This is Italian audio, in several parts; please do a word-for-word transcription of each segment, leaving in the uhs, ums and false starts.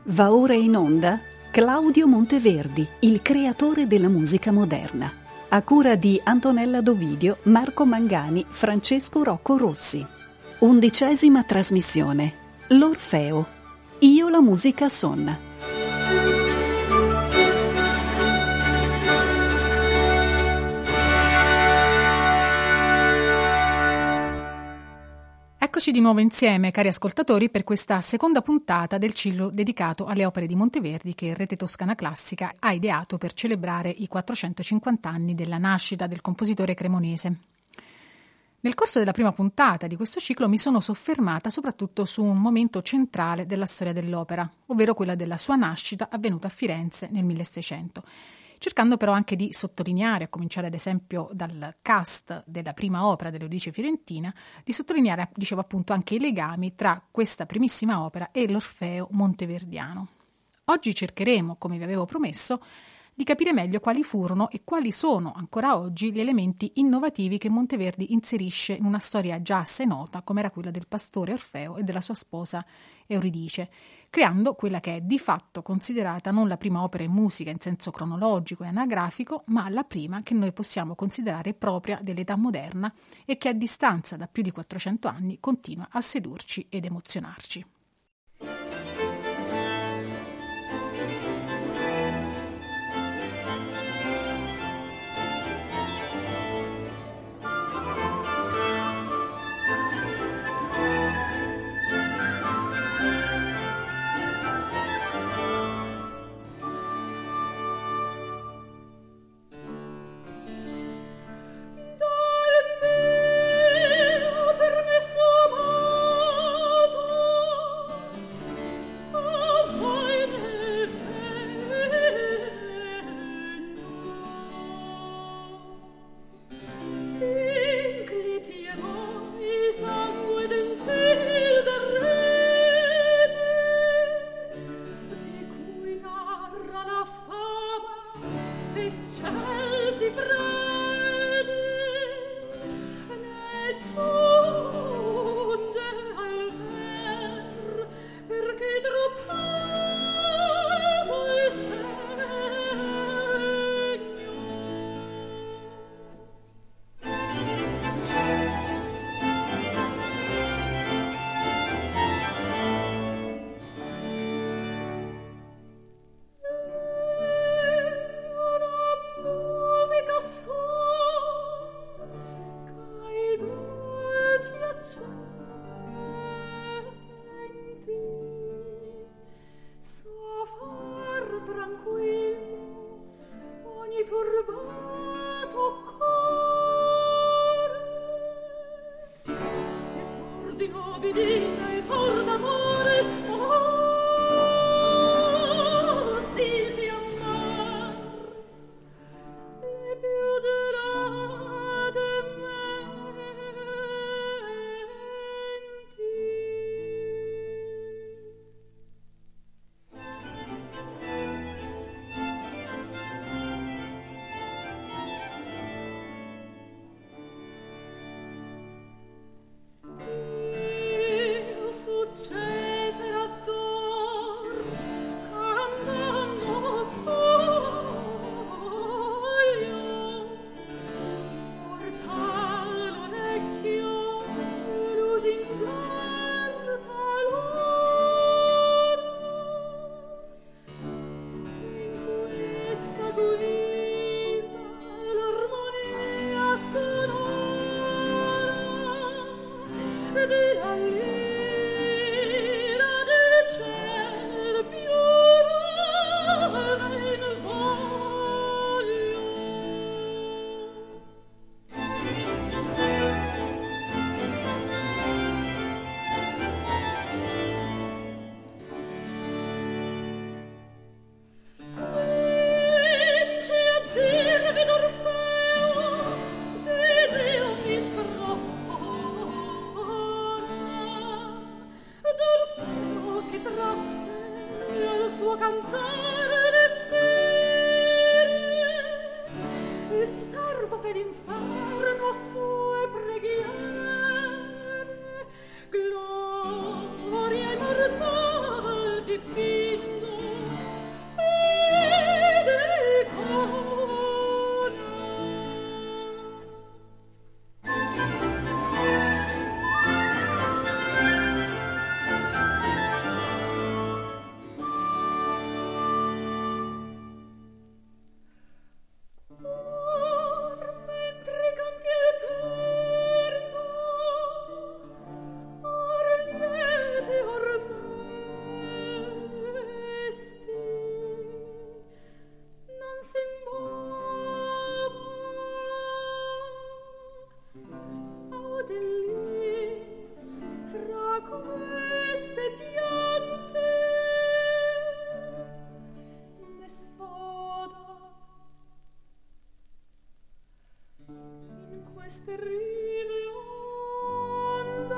Va ora in onda Claudio Monteverdi, il creatore della musica moderna, a cura di Antonella Dovidio, Marco Mangani, Francesco Rocco Rossi. Undicesima trasmissione. L'Orfeo. Io la musica sonna. Eccoci di nuovo insieme, cari ascoltatori, per questa seconda puntata del ciclo dedicato alle opere di Monteverdi che Rete Toscana Classica ha ideato per celebrare i quattrocentocinquanta anni della nascita del compositore cremonese. Nel corso della prima puntata di questo ciclo mi sono soffermata soprattutto su un momento centrale della storia dell'opera, ovvero quella della sua nascita avvenuta a Firenze nel milleseicento. Cercando però anche di sottolineare, a cominciare ad esempio dal cast della prima opera dell'Euridice Fiorentina, di sottolineare, dicevo appunto, anche i legami tra questa primissima opera e l'Orfeo monteverdiano. Oggi cercheremo, come vi avevo promesso, di capire meglio quali furono e quali sono ancora oggi gli elementi innovativi che Monteverdi inserisce in una storia già assai nota come era quella del pastore Orfeo e della sua sposa Euridice, creando quella che è di fatto considerata non la prima opera in musica in senso cronologico e anagrafico, ma la prima che noi possiamo considerare propria dell'età moderna e che a distanza da più di quattrocento anni continua a sedurci ed emozionarci. per inferno sue preghiere, gloria immortal dipinto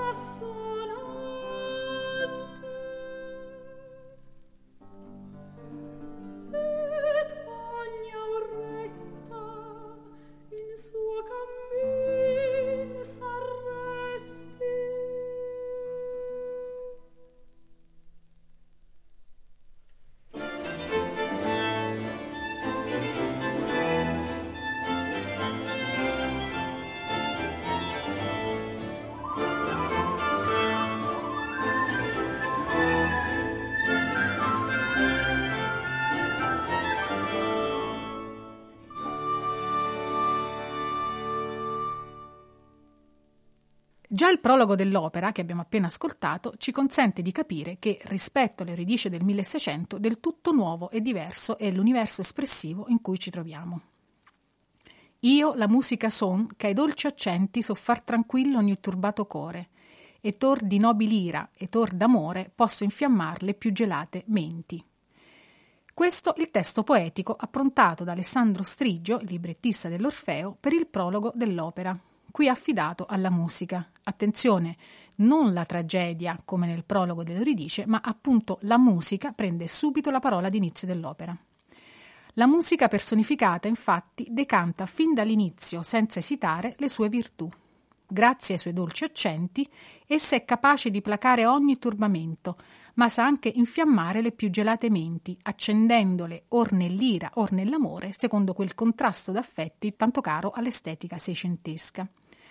Già il prologo dell'opera, che abbiamo appena ascoltato, ci consente di capire che, rispetto all'Euridice del milleseicento, del tutto nuovo e diverso è l'universo espressivo in cui ci troviamo. Io la musica son, che ai dolci accenti so far tranquillo ogni turbato core, e tor di nobili ira e tor d'amore posso infiammar le più gelate menti. Questo il testo poetico approntato da Alessandro Strigio, il librettista dell'Orfeo, per il prologo dell'opera, qui affidato alla musica. Attenzione, non la tragedia come nel prologo dell'Euridice, ma appunto la musica prende subito la parola d'inizio dell'opera. La musica personificata, infatti, decanta fin dall'inizio, senza esitare, le sue virtù. Grazie ai suoi dolci accenti, essa è capace di placare ogni turbamento, ma sa anche infiammare le più gelate menti, accendendole or nell'ira or nell'amore, secondo quel contrasto d'affetti tanto caro all'estetica seicentesca.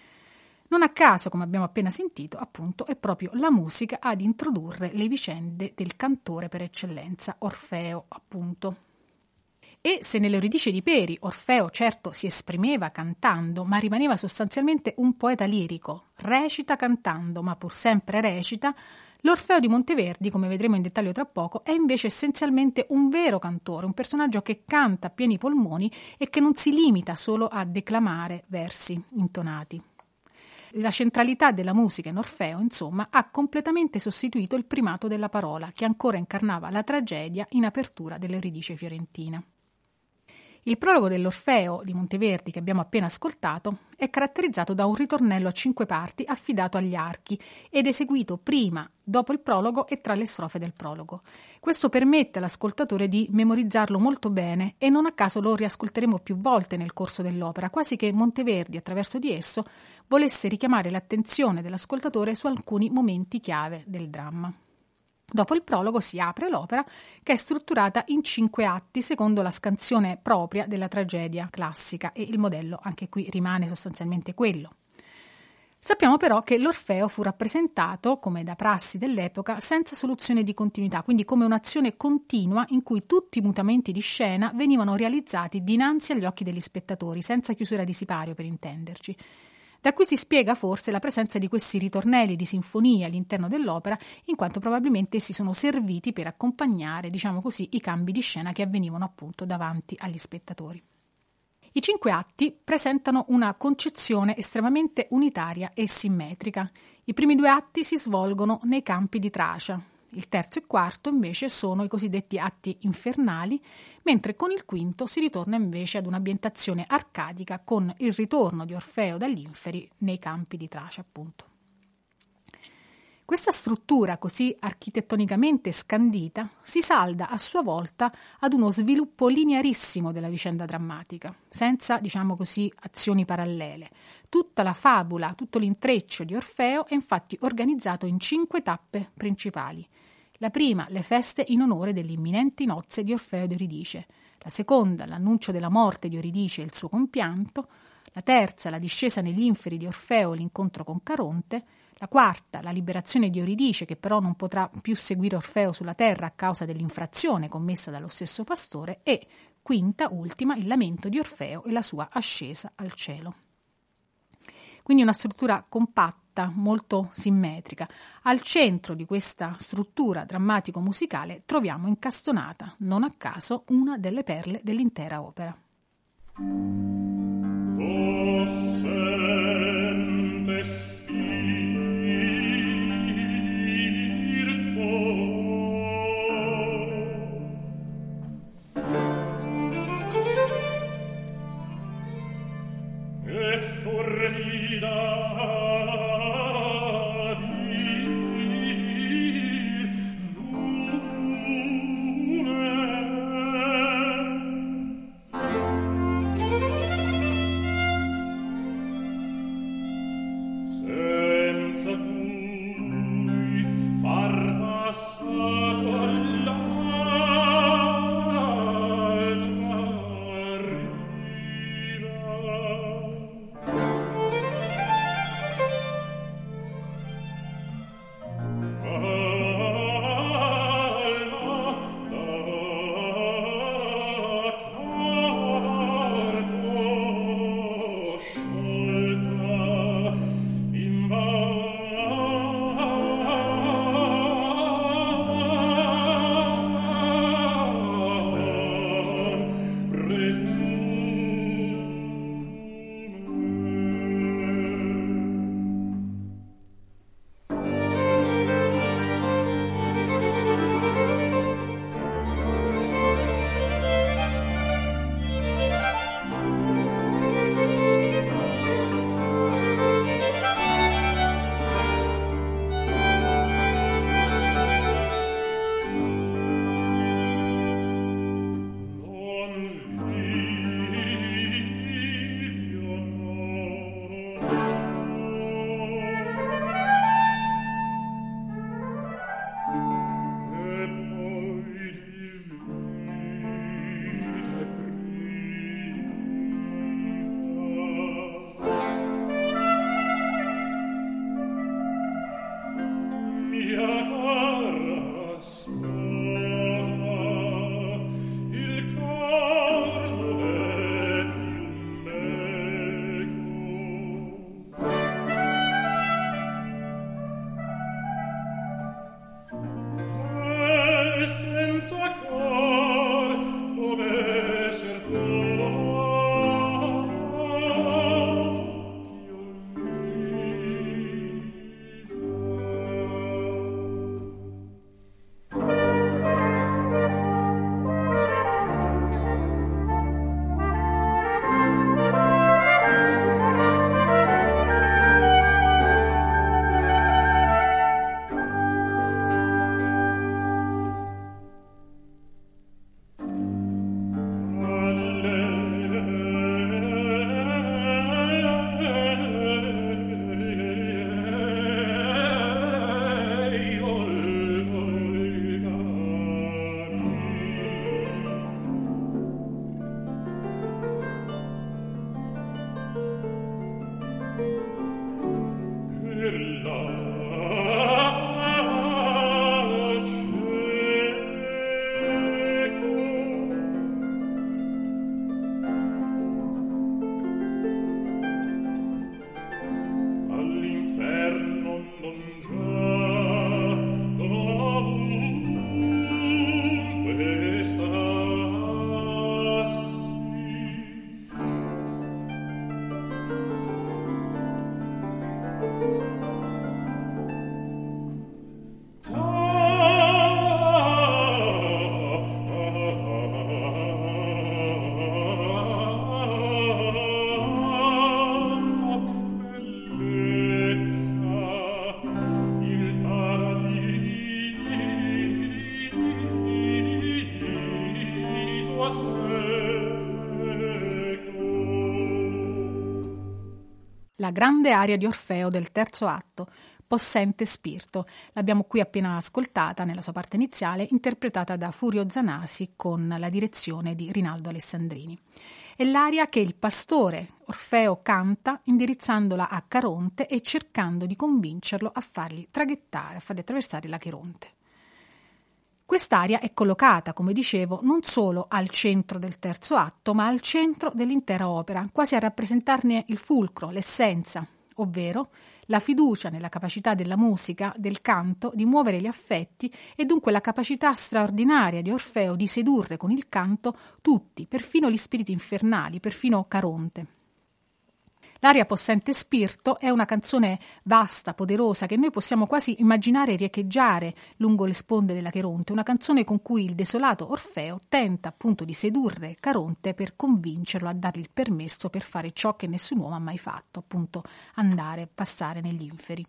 Non a caso, come abbiamo appena sentito, appunto, è proprio la musica ad introdurre le vicende del cantore per eccellenza, Orfeo, appunto. E se nell'Euridice di Peri Orfeo certo si esprimeva cantando, ma rimaneva sostanzialmente un poeta lirico, recita cantando, ma pur sempre recita, l'Orfeo di Monteverdi, come vedremo in dettaglio tra poco, è invece essenzialmente un vero cantore, un personaggio che canta a pieni polmoni e che non si limita solo a declamare versi intonati. La centralità della musica in Orfeo, insomma, ha completamente sostituito il primato della parola, che ancora incarnava la tragedia in apertura dell'Euridice fiorentina. Il prologo dell'Orfeo di Monteverdi, che abbiamo appena ascoltato, è caratterizzato da un ritornello a cinque parti affidato agli archi ed eseguito prima, dopo il prologo e tra le strofe del prologo. Questo permette all'ascoltatore di memorizzarlo molto bene e non a caso lo riascolteremo più volte nel corso dell'opera, quasi che Monteverdi, attraverso di esso, volesse richiamare l'attenzione dell'ascoltatore su alcuni momenti chiave del dramma. Dopo il prologo si apre l'opera, che è strutturata in cinque atti secondo la scansione propria della tragedia classica, e il modello anche qui rimane sostanzialmente quello. Sappiamo però che l'Orfeo fu rappresentato, come da prassi dell'epoca, senza soluzione di continuità, quindi come un'azione continua in cui tutti i mutamenti di scena venivano realizzati dinanzi agli occhi degli spettatori, senza chiusura di sipario, per intenderci. Da qui si spiega forse la presenza di questi ritornelli di sinfonia all'interno dell'opera, in quanto probabilmente essi sono serviti per accompagnare, diciamo così, i cambi di scena che avvenivano appunto davanti agli spettatori. I cinque atti presentano una concezione estremamente unitaria e simmetrica. I primi due atti si svolgono nei campi di Tracia. Il terzo e quarto invece sono i cosiddetti atti infernali, mentre con il quinto si ritorna invece ad un'ambientazione arcadica con il ritorno di Orfeo dagli inferi nei campi di Tracia, appunto. Questa struttura così architettonicamente scandita si salda a sua volta ad uno sviluppo linearissimo della vicenda drammatica, senza, diciamo così, azioni parallele. Tutta la fabula, tutto l'intreccio di Orfeo è infatti organizzato in cinque tappe principali. La prima, le feste in onore delle imminenti nozze di Orfeo ed Euridice. La seconda, l'annuncio della morte di Euridice e il suo compianto. La terza, la discesa negli inferi di Orfeo e l'incontro con Caronte. La quarta, la liberazione di Euridice, che però non potrà più seguire Orfeo sulla terra a causa dell'infrazione commessa dallo stesso pastore. E, quinta, ultima, il lamento di Orfeo e la sua ascesa al cielo. Quindi una struttura compatta, molto simmetrica. Al centro di questa struttura drammatico-musicale troviamo incastonata, non a caso, una delle perle dell'intera opera. E fornida la grande aria di Orfeo del terzo atto, Possente Spirito. L'abbiamo qui appena ascoltata nella sua parte iniziale, interpretata da Furio Zanasi con la direzione di Rinaldo Alessandrini. È l'aria che il pastore Orfeo canta indirizzandola a Caronte e cercando di convincerlo a fargli traghettare, a fargli attraversare l'Acheronte. Quest'aria è collocata, come dicevo, non solo al centro del terzo atto, ma al centro dell'intera opera, quasi a rappresentarne il fulcro, l'essenza, ovvero la fiducia nella capacità della musica, del canto, di muovere gli affetti e dunque la capacità straordinaria di Orfeo di sedurre con il canto tutti, perfino gli spiriti infernali, perfino Caronte. L'aria Possente Spirito è una canzone vasta, poderosa, che noi possiamo quasi immaginare riecheggiare lungo le sponde dell'Acheronte, una canzone con cui il desolato Orfeo tenta appunto di sedurre Caronte per convincerlo a dargli il permesso per fare ciò che nessun uomo ha mai fatto, appunto andare, passare negli inferi.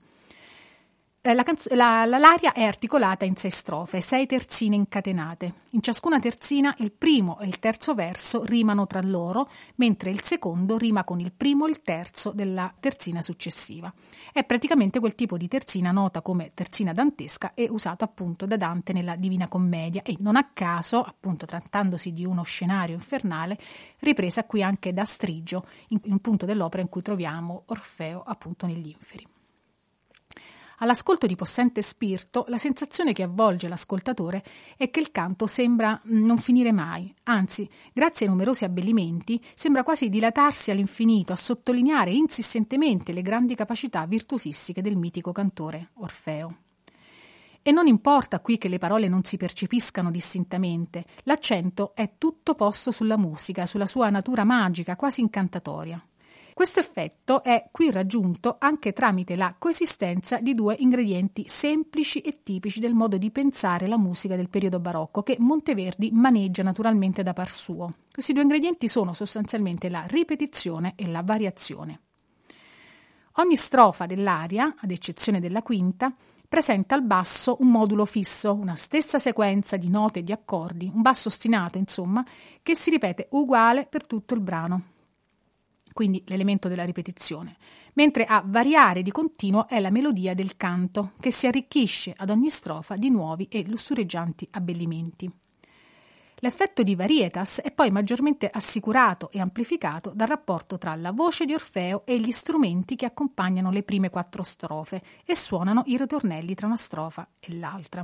La canzo- la, la, l'aria è articolata in sei strofe, sei terzine incatenate. In ciascuna terzina il primo e il terzo verso rimano tra loro, mentre il secondo rima con il primo e il terzo della terzina successiva. È praticamente quel tipo di terzina nota come terzina dantesca e usato appunto da Dante nella Divina Commedia e non a caso, appunto trattandosi di uno scenario infernale, ripresa qui anche da Strigio, in, in un punto dell'opera in cui troviamo Orfeo appunto negli inferi. All'ascolto di Possente Spirito, la sensazione che avvolge l'ascoltatore è che il canto sembra non finire mai, anzi, grazie ai numerosi abbellimenti, sembra quasi dilatarsi all'infinito, a sottolineare insistentemente le grandi capacità virtuosistiche del mitico cantore Orfeo. E non importa qui che le parole non si percepiscano distintamente, l'accento è tutto posto sulla musica, sulla sua natura magica, quasi incantatoria. Questo effetto è qui raggiunto anche tramite la coesistenza di due ingredienti semplici e tipici del modo di pensare la musica del periodo barocco che Monteverdi maneggia naturalmente da par suo. Questi due ingredienti sono sostanzialmente la ripetizione e la variazione. Ogni strofa dell'aria, ad eccezione della quinta, presenta al basso un modulo fisso, una stessa sequenza di note e di accordi, un basso ostinato, insomma, che si ripete uguale per tutto il brano. Quindi l'elemento della ripetizione, mentre a variare di continuo è la melodia del canto, che si arricchisce ad ogni strofa di nuovi e lussureggianti abbellimenti. L'effetto di varietas è poi maggiormente assicurato e amplificato dal rapporto tra la voce di Orfeo e gli strumenti che accompagnano le prime quattro strofe e suonano i ritornelli tra una strofa e l'altra.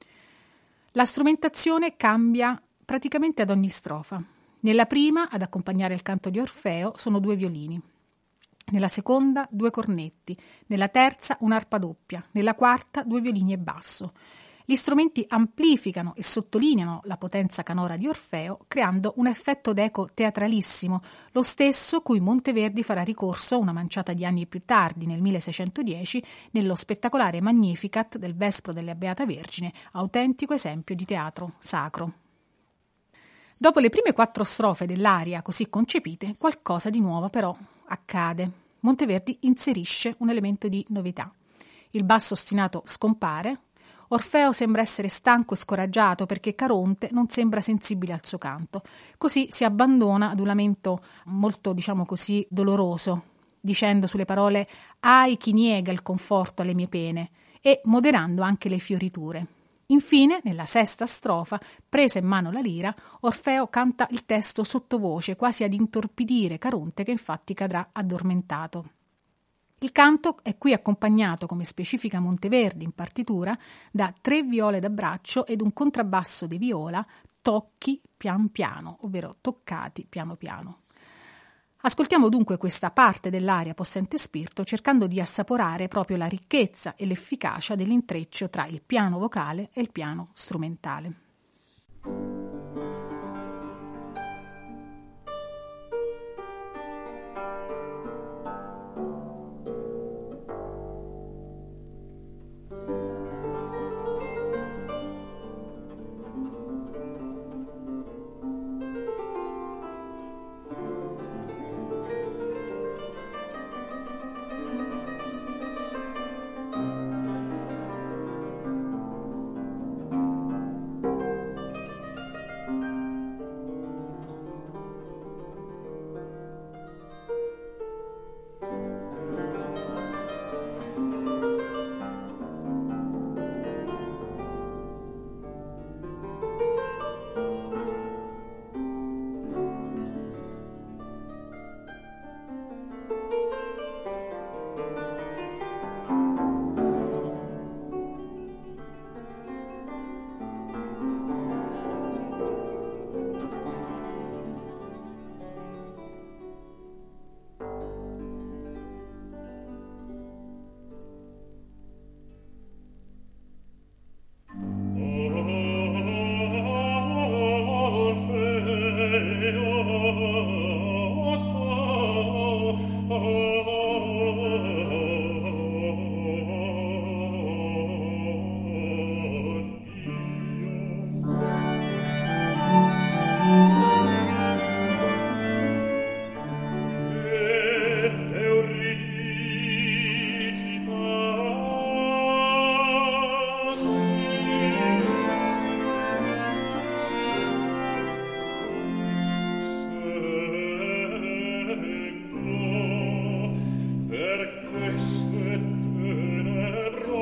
La strumentazione cambia praticamente ad ogni strofa. Nella prima, ad accompagnare il canto di Orfeo, sono due violini. Nella seconda, due cornetti. Nella terza, un'arpa doppia. Nella quarta, due violini e basso. Gli strumenti amplificano e sottolineano la potenza canora di Orfeo, creando un effetto d'eco teatralissimo, lo stesso cui Monteverdi farà ricorso una manciata di anni più tardi, nel milleseicentodieci, nello spettacolare Magnificat del Vespro della Beata Vergine, autentico esempio di teatro sacro. Dopo le prime quattro strofe dell'aria così concepite, qualcosa di nuovo però accade. Monteverdi inserisce un elemento di novità. Il basso ostinato scompare, Orfeo sembra essere stanco e scoraggiato perché Caronte non sembra sensibile al suo canto. Così si abbandona ad un lamento molto, diciamo così, doloroso, dicendo sulle parole «Ahi chi niega il conforto alle mie pene» e moderando anche le fioriture. Infine, nella sesta strofa, presa in mano la lira, Orfeo canta il testo sottovoce, quasi ad intorpidire Caronte, che infatti cadrà addormentato. Il canto è qui accompagnato, come specifica Monteverdi in partitura, da tre viole da braccio ed un contrabbasso di viola, tocchi pian piano, ovvero toccati piano piano. Ascoltiamo dunque questa parte dell'aria Possente Spirito cercando di assaporare proprio la ricchezza e l'efficacia dell'intreccio tra il piano vocale e il piano strumentale.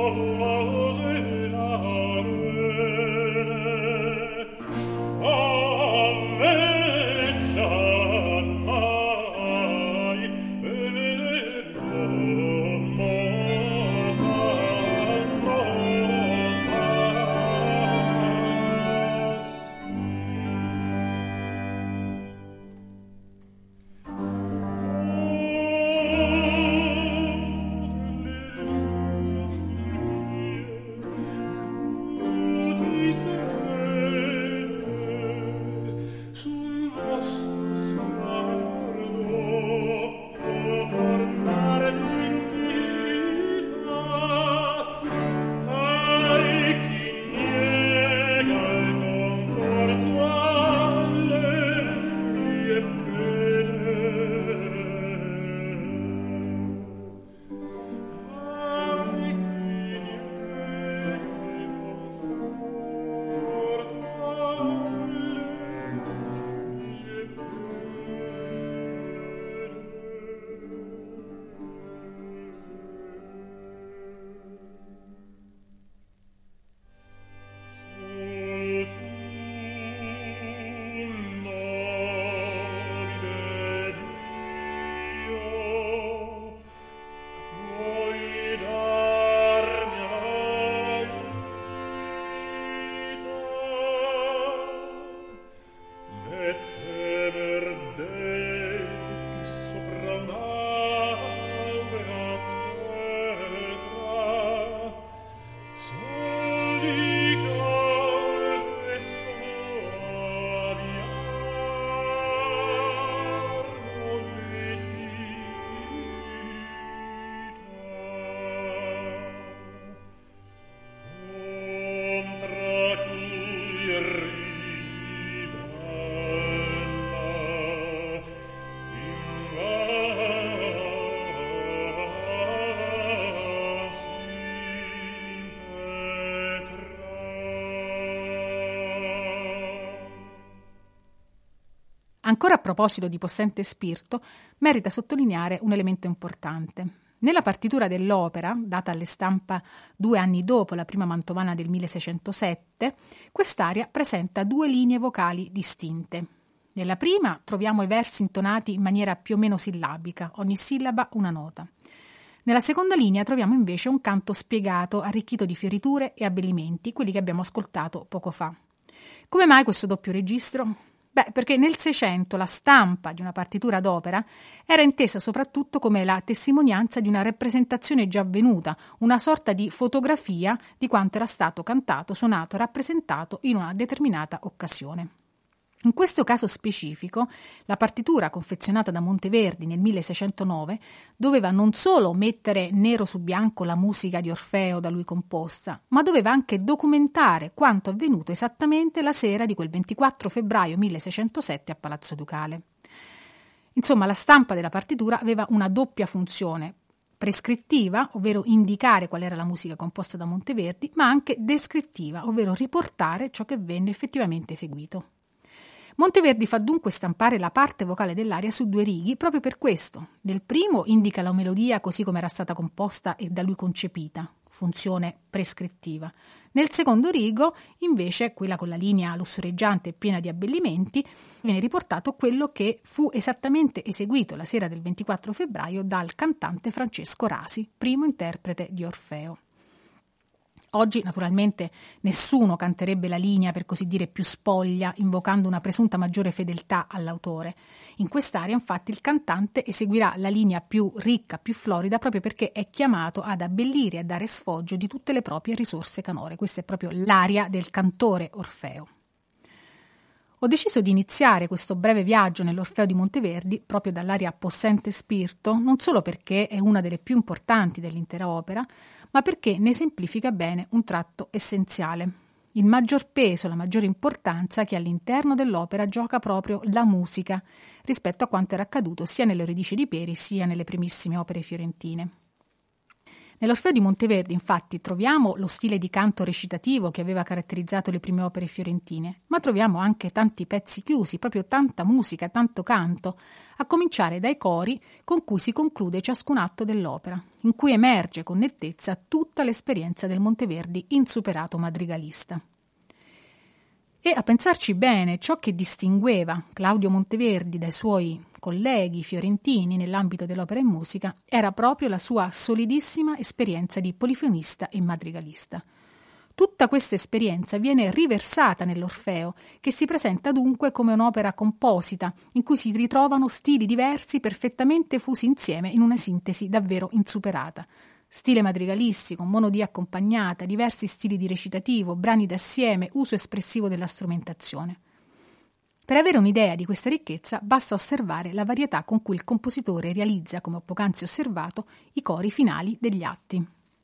Ancora a proposito di possente spirito, merita sottolineare un elemento importante. Nella partitura dell'opera, data alle stampa due anni dopo la prima mantovana del milleseicentosette, quest'aria presenta due linee vocali distinte. Nella prima troviamo i versi intonati in maniera più o meno sillabica, ogni sillaba una nota. Nella seconda linea troviamo invece un canto spiegato, arricchito di fioriture e abbellimenti, quelli che abbiamo ascoltato poco fa. Come mai questo doppio registro? Beh, perché nel Seicento la stampa di una partitura d'opera era intesa soprattutto come la testimonianza di una rappresentazione già avvenuta, una sorta di fotografia di quanto era stato cantato, suonato, rappresentato in una determinata occasione. In questo caso specifico, la partitura confezionata da Monteverdi nel milleseicentonove doveva non solo mettere nero su bianco la musica di Orfeo da lui composta, ma doveva anche documentare quanto avvenuto esattamente la sera di quel ventiquattro febbraio milleseicentosette a Palazzo Ducale. Insomma, la stampa della partitura aveva una doppia funzione: prescrittiva, ovvero indicare qual era la musica composta da Monteverdi, ma anche descrittiva, ovvero riportare ciò che venne effettivamente eseguito. Monteverdi fa dunque stampare la parte vocale dell'aria su due righi proprio per questo. Nel primo indica la melodia così come era stata composta e da lui concepita, funzione prescrittiva. Nel secondo rigo, invece, quella con la linea lussureggiante e piena di abbellimenti, viene riportato quello che fu esattamente eseguito la sera del ventiquattro febbraio dal cantante Francesco Rasi, primo interprete di Orfeo. Oggi, naturalmente, nessuno canterebbe la linea, per così dire, più spoglia, invocando una presunta maggiore fedeltà all'autore. In quest'area, infatti, il cantante eseguirà la linea più ricca, più florida, proprio perché è chiamato ad abbellire e a dare sfoggio di tutte le proprie risorse canore. Questa è proprio l'aria del cantore Orfeo. Ho deciso di iniziare questo breve viaggio nell'Orfeo di Monteverdi proprio dall'aria possente spirito, non solo perché è una delle più importanti dell'intera opera, ma perché ne esemplifica bene un tratto essenziale, il maggior peso, la maggiore importanza che all'interno dell'opera gioca proprio la musica rispetto a quanto era accaduto sia nell'Euridice di Peri sia nelle primissime opere fiorentine. Nell'Orfeo di Monteverdi, infatti, troviamo lo stile di canto recitativo che aveva caratterizzato le prime opere fiorentine, ma troviamo anche tanti pezzi chiusi, proprio tanta musica, tanto canto, a cominciare dai cori con cui si conclude ciascun atto dell'opera, in cui emerge con nettezza tutta l'esperienza del Monteverdi insuperato madrigalista. E a pensarci bene, ciò che distingueva Claudio Monteverdi dai suoi colleghi fiorentini nell'ambito dell'opera in musica era proprio la sua solidissima esperienza di polifonista e madrigalista. Tutta questa esperienza viene riversata nell'Orfeo, che si presenta dunque come un'opera composita, in cui si ritrovano stili diversi perfettamente fusi insieme in una sintesi davvero insuperata. Stile madrigalistico, monodie accompagnata, diversi stili di recitativo, brani d'assieme, uso espressivo della strumentazione. Per avere un'idea di questa ricchezza basta osservare la varietà con cui il compositore realizza, come ho poc'anzi osservato, i cori finali degli atti.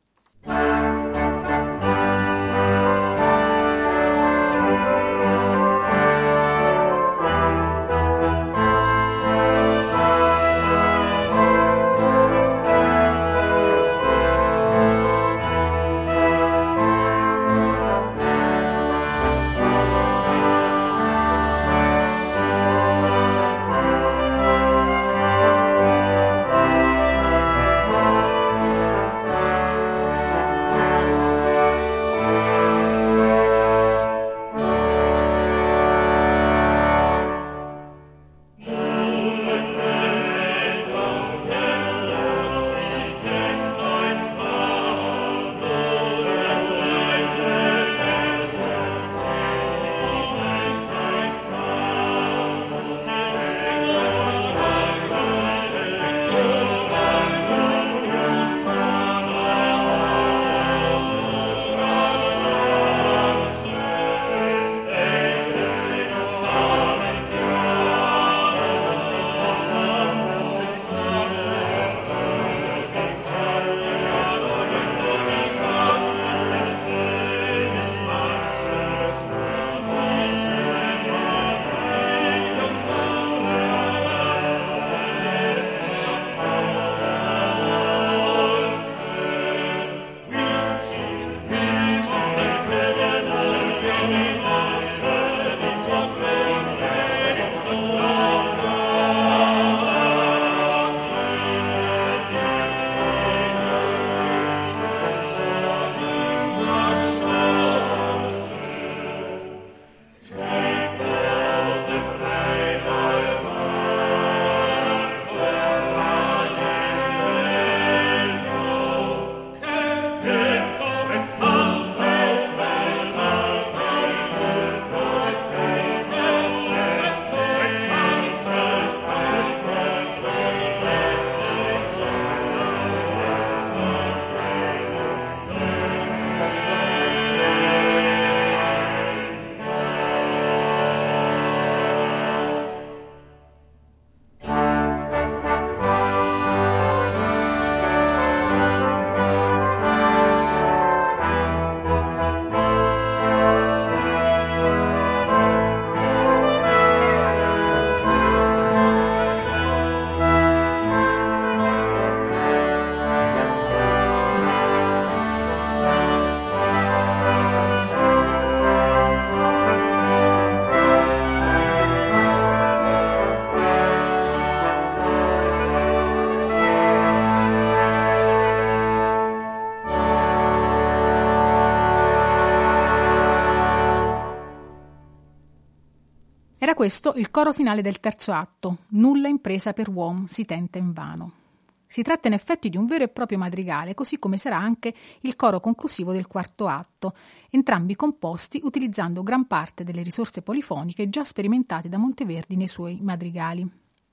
Era questo il coro finale del terzo atto, Nulla impresa per uom si tenta invano. Si tratta in effetti di un vero e proprio madrigale, così come sarà anche il coro conclusivo del quarto atto, entrambi composti utilizzando gran parte delle risorse polifoniche già sperimentate da Monteverdi nei suoi madrigali.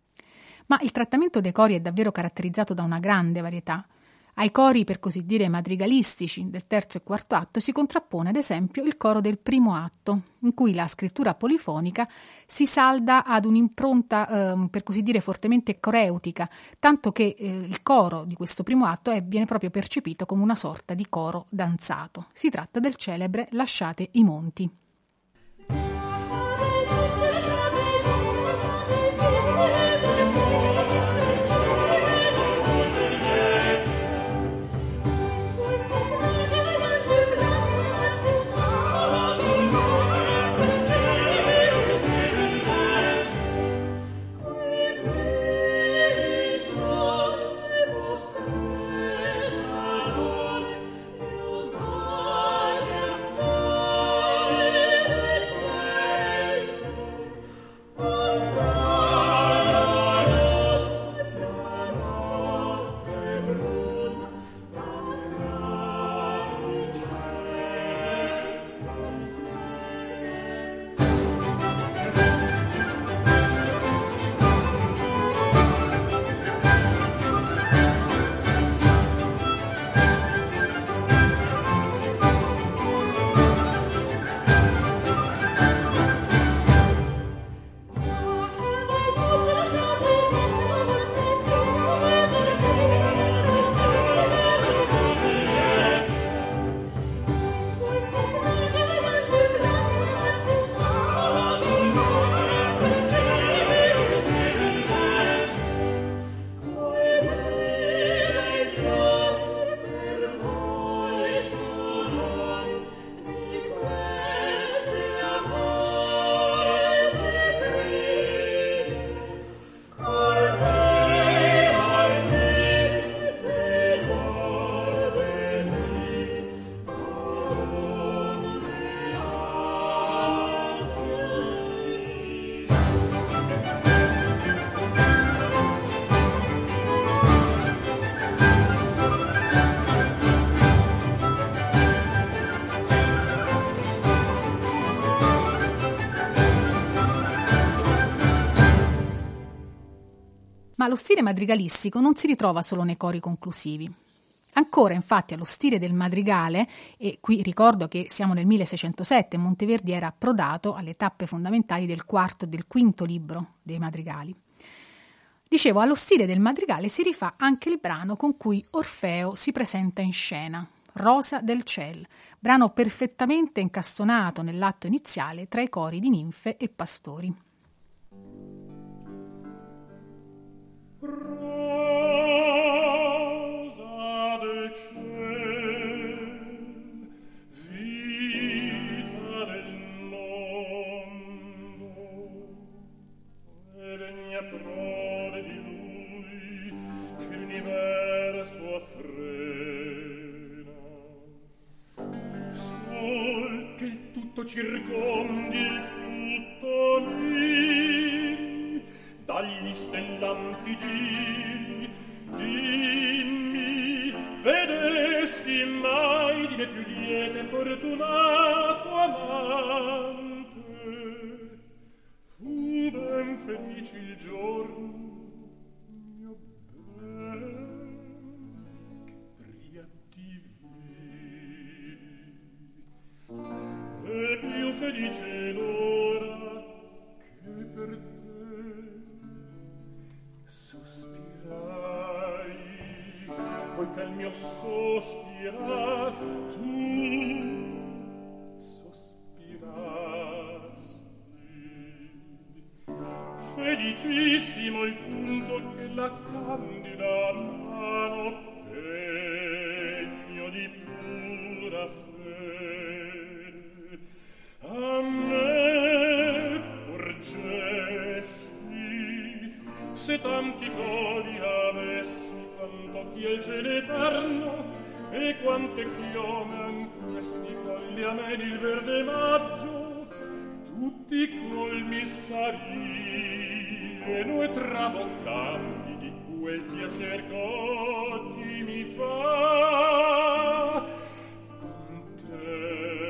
Ma il trattamento dei cori è davvero caratterizzato da una grande varietà. Ai cori, per così dire, madrigalistici del terzo e quarto atto si contrappone ad esempio il coro del primo atto, in cui la scrittura polifonica si salda ad un'impronta, eh, per così dire, fortemente coreutica, tanto che eh, il coro di questo primo atto è, viene proprio percepito come una sorta di coro danzato. Si tratta del celebre Lasciate i monti. Ma lo stile madrigalistico non si ritrova solo nei cori conclusivi. Ancora, infatti, allo stile del madrigale, e qui ricordo che siamo nel milleseicentosette, Monteverdi era approdato alle tappe fondamentali del quarto e del quinto libro dei madrigali. Dicevo, allo stile del madrigale si rifà anche il brano con cui Orfeo si presenta in scena, Rosa del ciel, brano perfettamente incastonato nell'atto iniziale tra i cori di ninfe e pastori. Circondi il tutto lì, dagli stellanti giri, dimmi, vedesti mai di me più lieta e fortunato amante? Fu ben felice il giorno, mio bel, che pria ti vidi. E più felice l'ora che per te sospirai, poiché il mio sospirar tu sospirasti. Felicissimo il punto che la candida mano pegno di pura fede a me porgesti, se tanti cori avessi quant'occhi al cielo eterno e quante chiome an questi colli a me il verde maggio, tutti colmi sarino e traboccanti di quel piacer che oggi mi fa contento.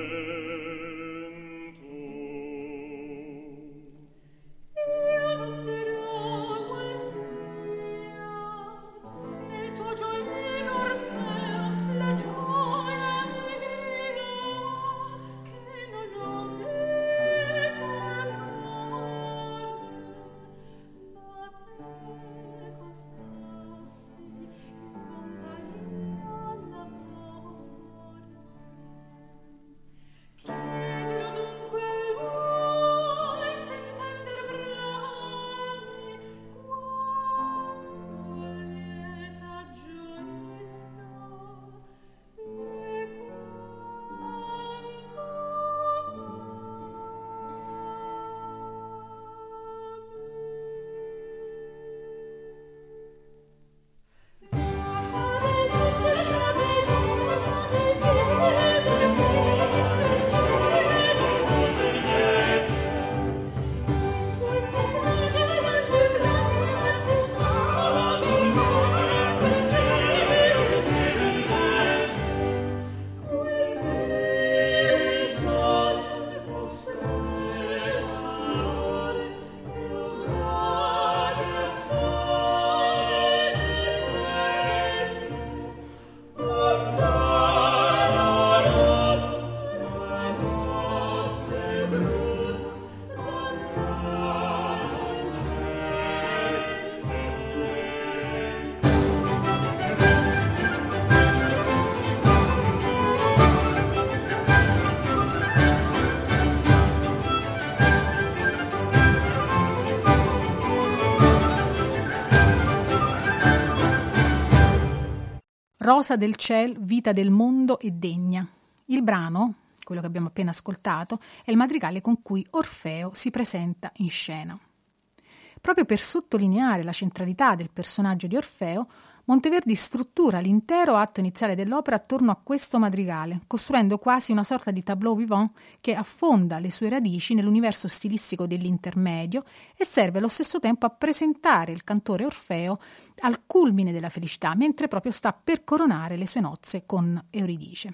Rosa del ciel, vita del mondo e degna. Il brano, quello che abbiamo appena ascoltato, è il madrigale con cui Orfeo si presenta in scena. Proprio per sottolineare la centralità del personaggio di Orfeo, Monteverdi struttura l'intero atto iniziale dell'opera attorno a questo madrigale, costruendo quasi una sorta di tableau vivant che affonda le sue radici nell'universo stilistico dell'intermedio e serve allo stesso tempo a presentare il cantore Orfeo al culmine della felicità, mentre proprio sta per coronare le sue nozze con Euridice.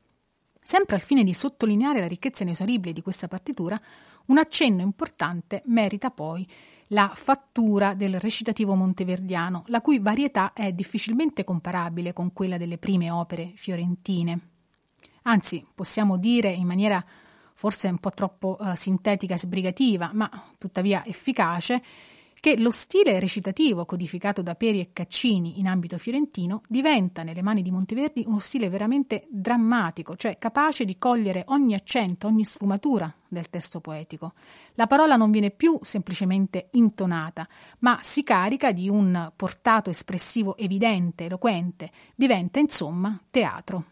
Sempre al fine di sottolineare la ricchezza inesauribile di questa partitura, un accenno importante merita poi la fattura del recitativo monteverdiano, la cui varietà è difficilmente comparabile con quella delle prime opere fiorentine. Anzi, possiamo dire in maniera forse un po' troppo uh, sintetica e sbrigativa, ma tuttavia efficace, che lo stile recitativo codificato da Peri e Caccini in ambito fiorentino diventa nelle mani di Monteverdi uno stile veramente drammatico, cioè capace di cogliere ogni accento, ogni sfumatura del testo poetico. La parola non viene più semplicemente intonata, ma si carica di un portato espressivo evidente, eloquente, diventa insomma teatro.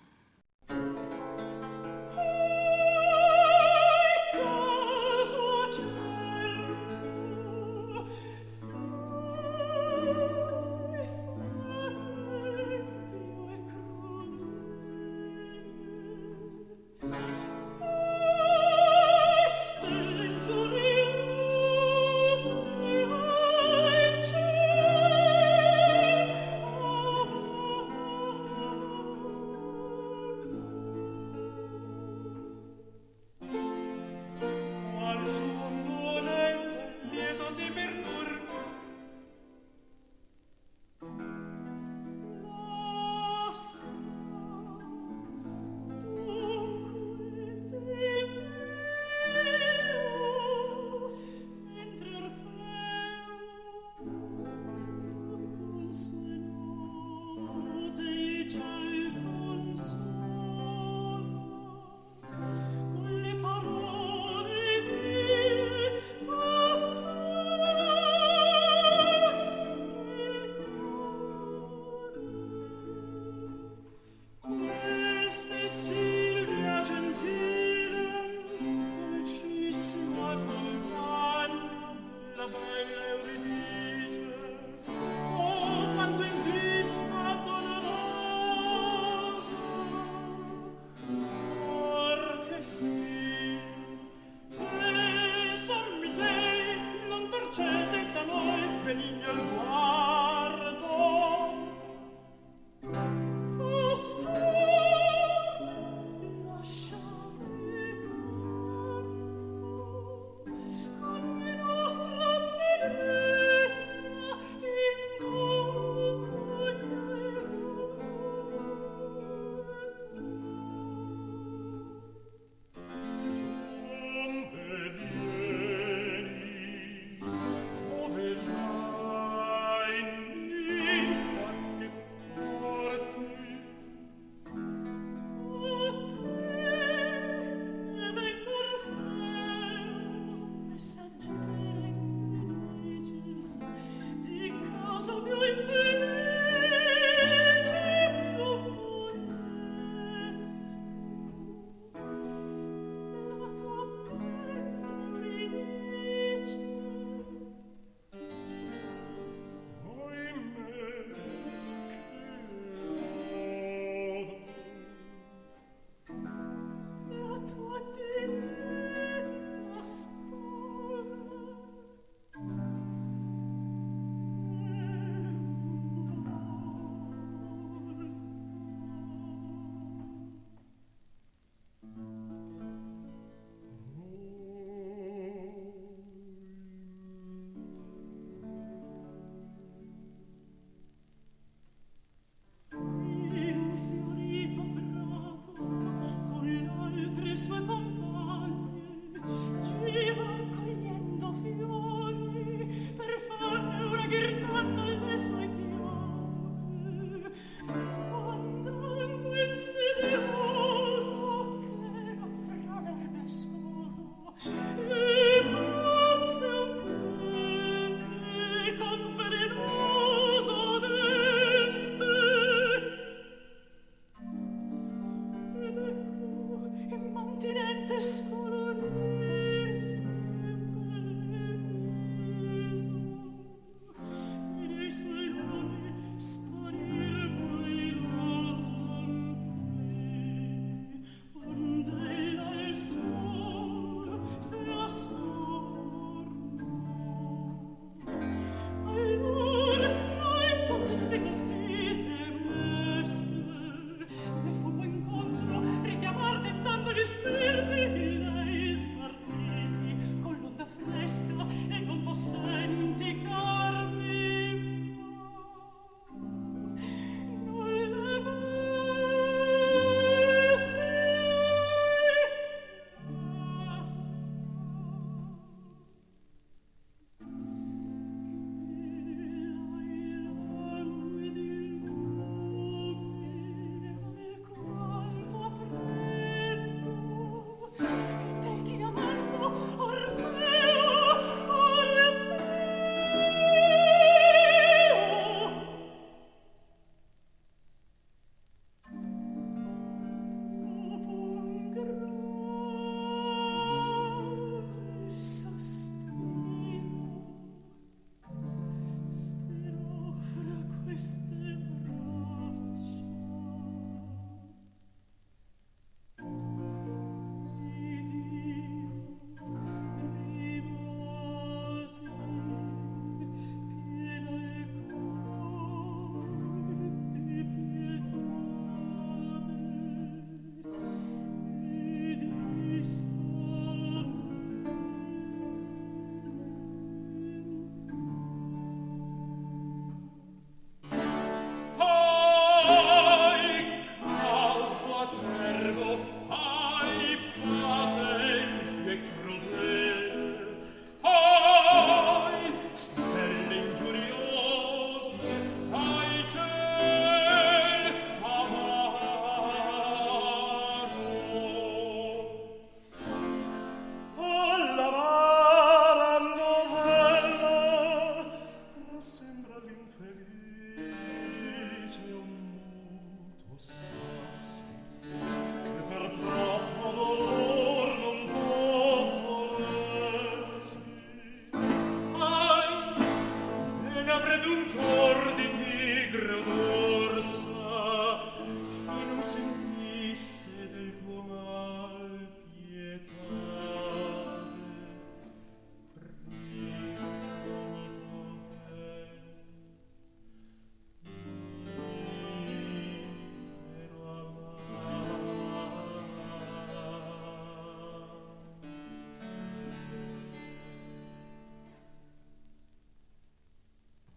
Spiriti, con l'onda fresca e con possente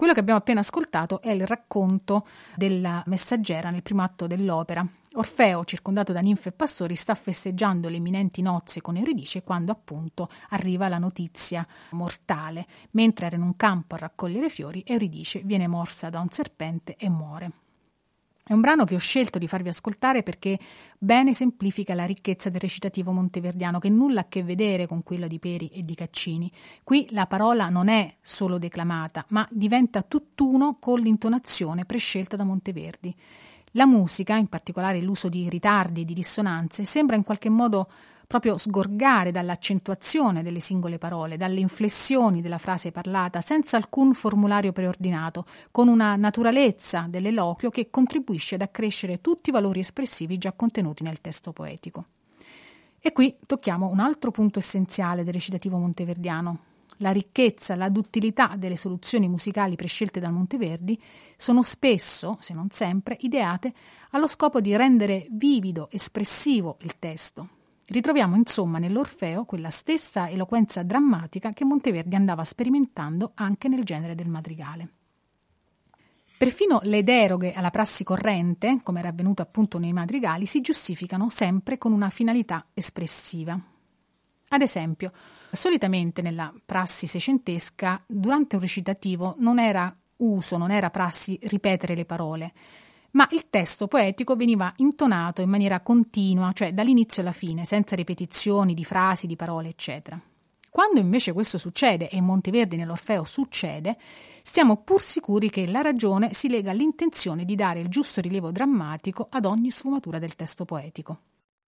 Quello che abbiamo appena ascoltato è il racconto della messaggera nel primo atto dell'opera. Orfeo, circondato da ninfe e pastori, sta festeggiando le imminenti nozze con Euridice quando appunto arriva la notizia mortale. Mentre era in un campo a raccogliere fiori, Euridice viene morsa da un serpente e muore. È un brano che ho scelto di farvi ascoltare perché bene semplifica la ricchezza del recitativo monteverdiano, che nulla ha a che vedere con quello di Peri e di Caccini. Qui la parola non è solo declamata, ma diventa tutt'uno con l'intonazione prescelta da Monteverdi. La musica, in particolare l'uso di ritardi e di dissonanze, sembra in qualche modo proprio sgorgare dall'accentuazione delle singole parole, dalle inflessioni della frase parlata, senza alcun formulario preordinato, con una naturalezza dell'eloquio che contribuisce ad accrescere tutti i valori espressivi già contenuti nel testo poetico. E qui tocchiamo un altro punto essenziale del recitativo monteverdiano. La ricchezza, la duttilità delle soluzioni musicali prescelte da Monteverdi sono spesso, se non sempre, ideate allo scopo di rendere vivido, espressivo il testo. Ritroviamo insomma nell'Orfeo quella stessa eloquenza drammatica che Monteverdi andava sperimentando anche nel genere del madrigale. Perfino le deroghe alla prassi corrente, come era avvenuto appunto nei madrigali, si giustificano sempre con una finalità espressiva. Ad esempio, solitamente nella prassi seicentesca, durante un recitativo non era uso, non era prassi ripetere le parole, ma il testo poetico veniva intonato in maniera continua, cioè dall'inizio alla fine, senza ripetizioni di frasi, di parole, eccetera. Quando invece questo succede, e in Monteverdi nell'Orfeo succede, stiamo pur sicuri che la ragione si lega all'intenzione di dare il giusto rilievo drammatico ad ogni sfumatura del testo poetico.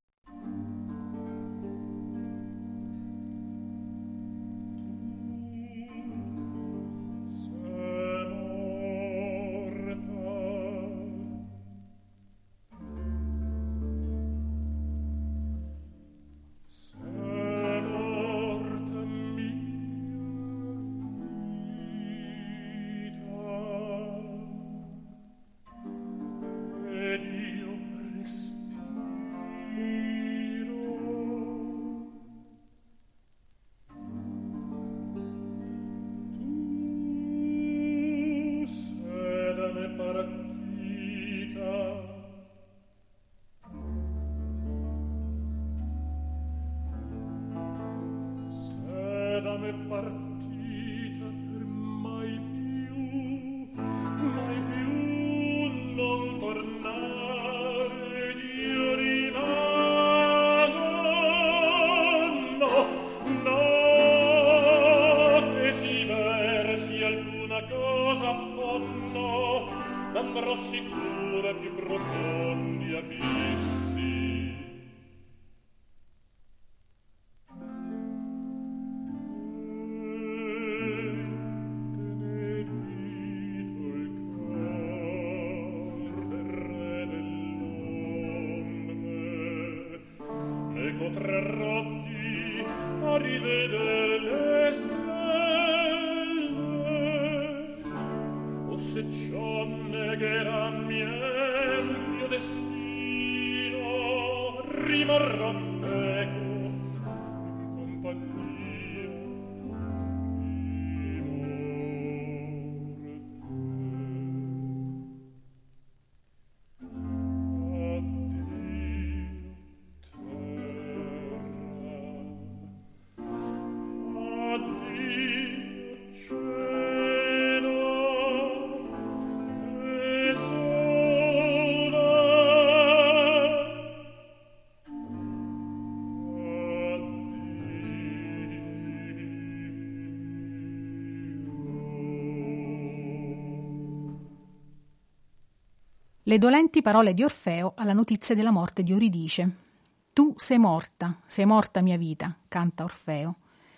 Le dolenti parole di Orfeo alla notizia della morte di Euridice. Tu sei morta, sei morta mia vita, canta Orfeo.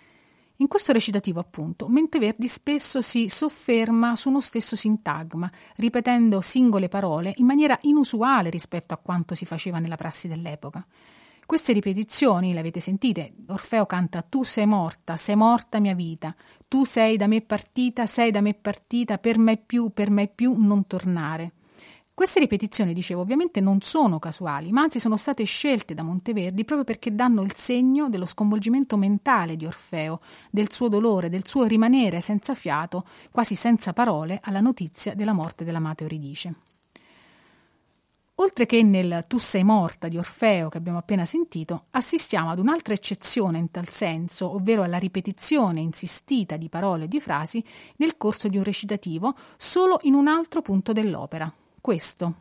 In questo recitativo, appunto, Monteverdi spesso si sofferma su uno stesso sintagma, ripetendo singole parole in maniera inusuale rispetto a quanto si faceva nella prassi dell'epoca. Queste ripetizioni, le avete sentite? Orfeo canta tu sei morta, sei morta mia vita, tu sei da me partita, sei da me partita, per me più, per me più non tornare. Queste ripetizioni, dicevo, ovviamente non sono casuali, ma anzi sono state scelte da Monteverdi proprio perché danno il segno dello sconvolgimento mentale di Orfeo, del suo dolore, del suo rimanere senza fiato, quasi senza parole, alla notizia della morte dell'amata Euridice. Oltre che nel Tu sei morta di Orfeo che abbiamo appena sentito, assistiamo ad un'altra eccezione in tal senso, ovvero alla ripetizione insistita di parole e di frasi nel corso di un recitativo solo in un altro punto dell'opera. Questo.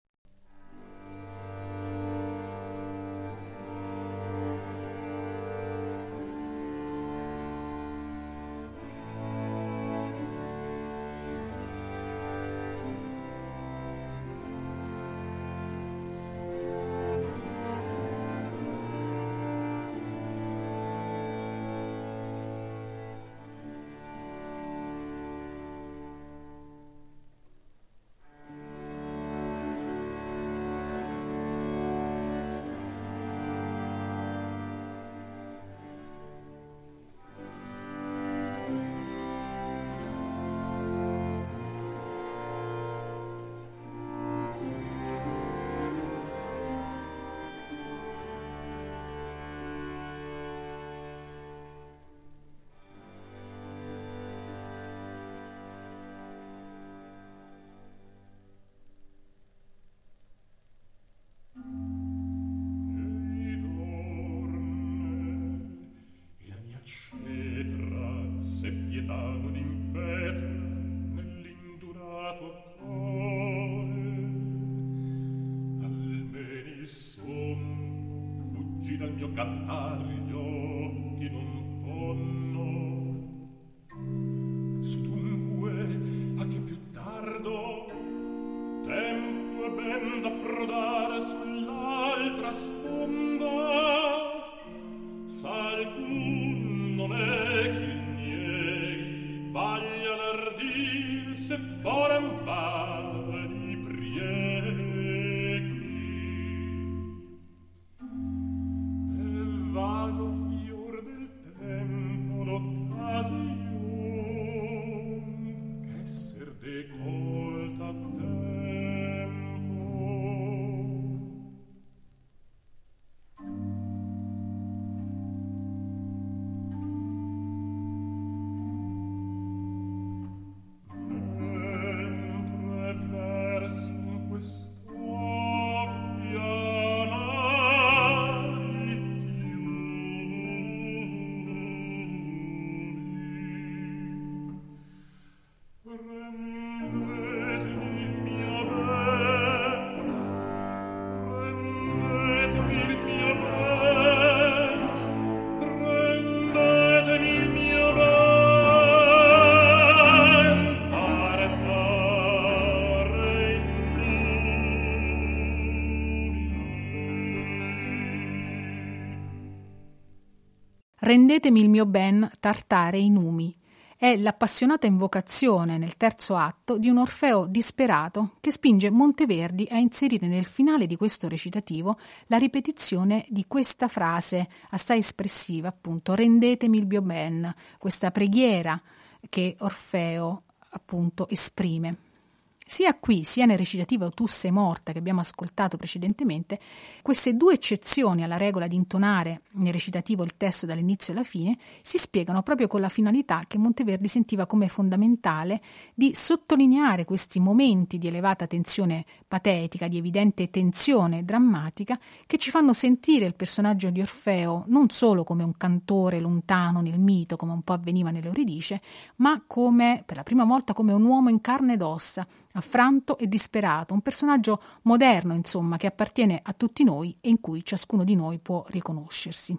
Rendetemi il mio ben tartare i numi. È l'appassionata invocazione nel terzo atto di un Orfeo disperato che spinge Monteverdi a inserire nel finale di questo recitativo la ripetizione di questa frase assai espressiva, appunto, rendetemi il mio ben, questa preghiera che Orfeo appunto esprime. Sia qui, sia nel recitativo Tu sei morta che abbiamo ascoltato precedentemente, queste due eccezioni alla regola di intonare nel recitativo il testo dall'inizio alla fine si spiegano proprio con la finalità che Monteverdi sentiva come fondamentale di sottolineare questi momenti di elevata tensione patetica, di evidente tensione drammatica, che ci fanno sentire il personaggio di Orfeo non solo come un cantore lontano nel mito, come un po' avveniva nell'Euridice, ma come, per la prima volta, come un uomo in carne ed ossa, affranto e disperato, un personaggio moderno, insomma, che appartiene a tutti noi e in cui ciascuno di noi può riconoscersi.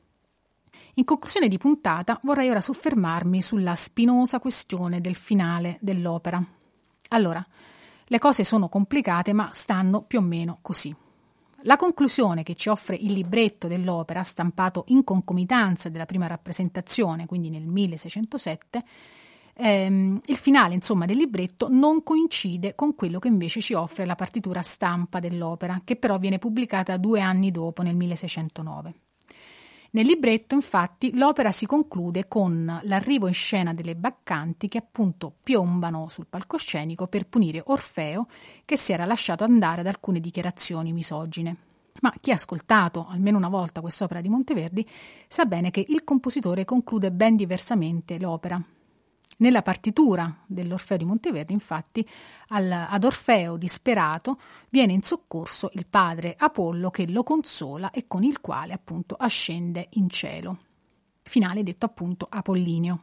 In conclusione di puntata vorrei ora soffermarmi sulla spinosa questione del finale dell'opera. Allora, le cose sono complicate, ma stanno più o meno così. La conclusione che ci offre il libretto dell'opera, stampato in concomitanza della prima rappresentazione, quindi nel milleseicentosette, ehm, il finale, insomma, del libretto non coincide con quello che invece ci offre la partitura stampa dell'opera, che però viene pubblicata due anni dopo, nel milleseicentonove. Nel libretto, infatti, l'opera si conclude con l'arrivo in scena delle baccanti che appunto piombano sul palcoscenico per punire Orfeo, che si era lasciato andare ad alcune dichiarazioni misogine. Ma chi ha ascoltato almeno una volta quest'opera di Monteverdi sa bene che il compositore conclude ben diversamente l'opera. Nella partitura dell'Orfeo di Monteverdi, infatti, al, ad Orfeo disperato viene in soccorso il padre Apollo che lo consola e con il quale appunto ascende in cielo. Finale detto appunto apollineo.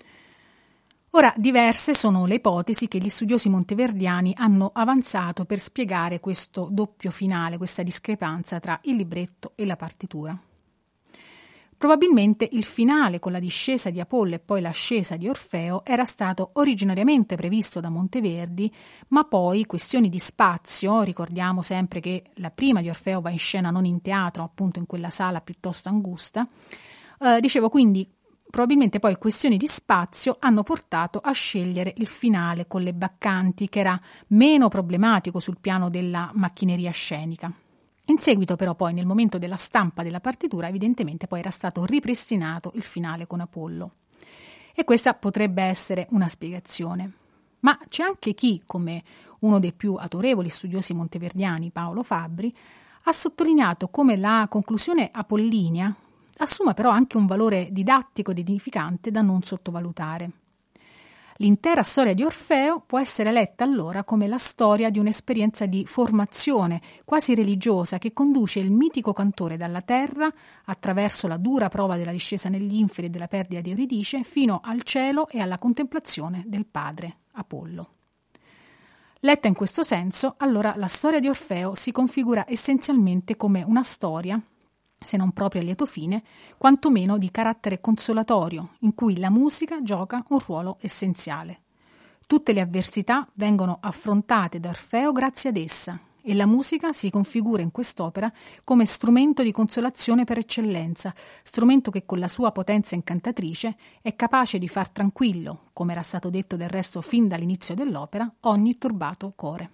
Ora, diverse sono le ipotesi che gli studiosi monteverdiani hanno avanzato per spiegare questo doppio finale, questa discrepanza tra il libretto e la partitura. Probabilmente il finale con la discesa di Apollo e poi l'ascesa di Orfeo era stato originariamente previsto da Monteverdi, ma poi questioni di spazio, ricordiamo sempre che la prima di Orfeo va in scena non in teatro, appunto in quella sala piuttosto angusta, eh, dicevo quindi probabilmente poi questioni di spazio hanno portato a scegliere il finale con le baccanti, che era meno problematico sul piano della macchineria scenica. In seguito però poi nel momento della stampa della partitura evidentemente poi era stato ripristinato il finale con Apollo. E questa potrebbe essere una spiegazione. Ma c'è anche chi, come uno dei più autorevoli studiosi monteverdiani, Paolo Fabbri, ha sottolineato come la conclusione apollinea assuma però anche un valore didattico ed edificante da non sottovalutare. L'intera storia di Orfeo può essere letta allora come la storia di un'esperienza di formazione quasi religiosa che conduce il mitico cantore dalla terra, attraverso la dura prova della discesa negli inferi e della perdita di Euridice, fino al cielo e alla contemplazione del padre Apollo. Letta in questo senso, allora la storia di Orfeo si configura essenzialmente come una storia, se non proprio a lieto fine, quantomeno di carattere consolatorio, in cui la musica gioca un ruolo essenziale. Tutte le avversità vengono affrontate da Orfeo grazie ad essa, e la musica si configura in quest'opera come strumento di consolazione per eccellenza, strumento che con la sua potenza incantatrice è capace di far tranquillo, come era stato detto del resto fin dall'inizio dell'opera, ogni turbato core.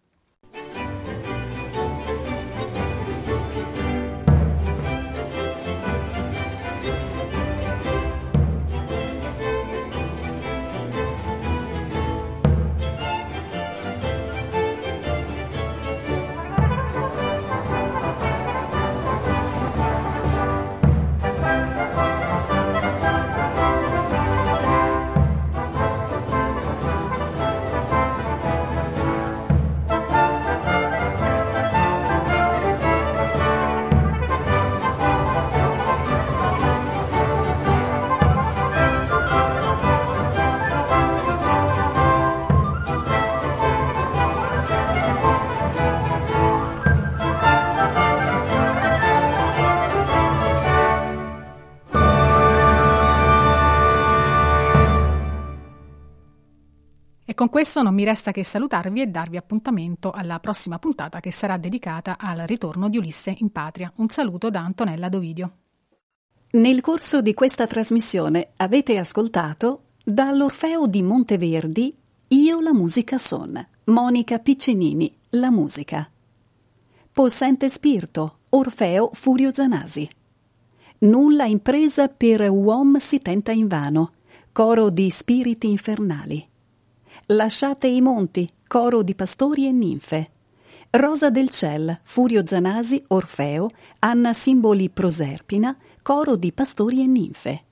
E con questo non mi resta che salutarvi e darvi appuntamento alla prossima puntata che sarà dedicata al ritorno di Ulisse in patria. Un saluto da Antonella Dovidio. Nel corso di questa trasmissione avete ascoltato dall'Orfeo di Monteverdi Io la musica son, Monica Piccinini, la musica. Possente spirito, Orfeo Furio Zanasi. Nulla impresa per uom si tenta invano, coro di spiriti infernali. Lasciate i monti, coro di pastori e ninfe. Rosa del ciel, Furio Zanasi, Orfeo, Anna Simboli Proserpina, coro di pastori e ninfe.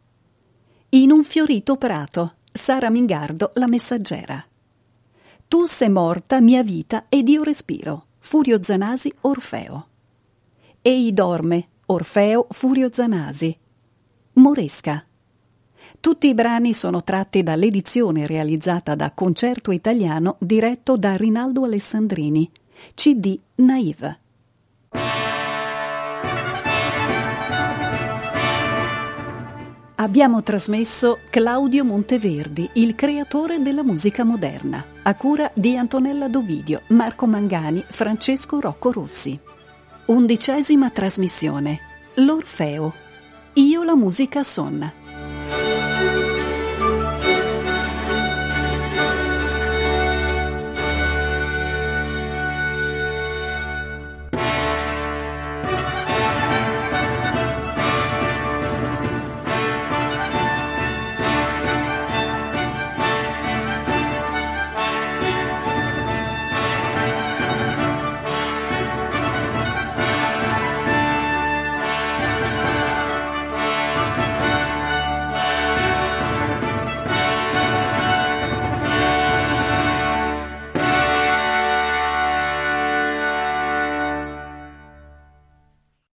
In un fiorito prato, Sara Mingardo, la messaggera. Tu sei morta, mia vita, ed io respiro, Furio Zanasi, Orfeo. Ei dorme, Orfeo, Furio Zanasi. Moresca. Tutti i brani sono tratti dall'edizione realizzata da Concerto Italiano diretto da Rinaldo Alessandrini, C D Naive. Abbiamo trasmesso Claudio Monteverdi, il creatore della musica moderna, a cura di Antonella Dovidio, Marco Mangani, Francesco Rocco Rossi. Undicesima trasmissione. L'Orfeo. Io la musica son.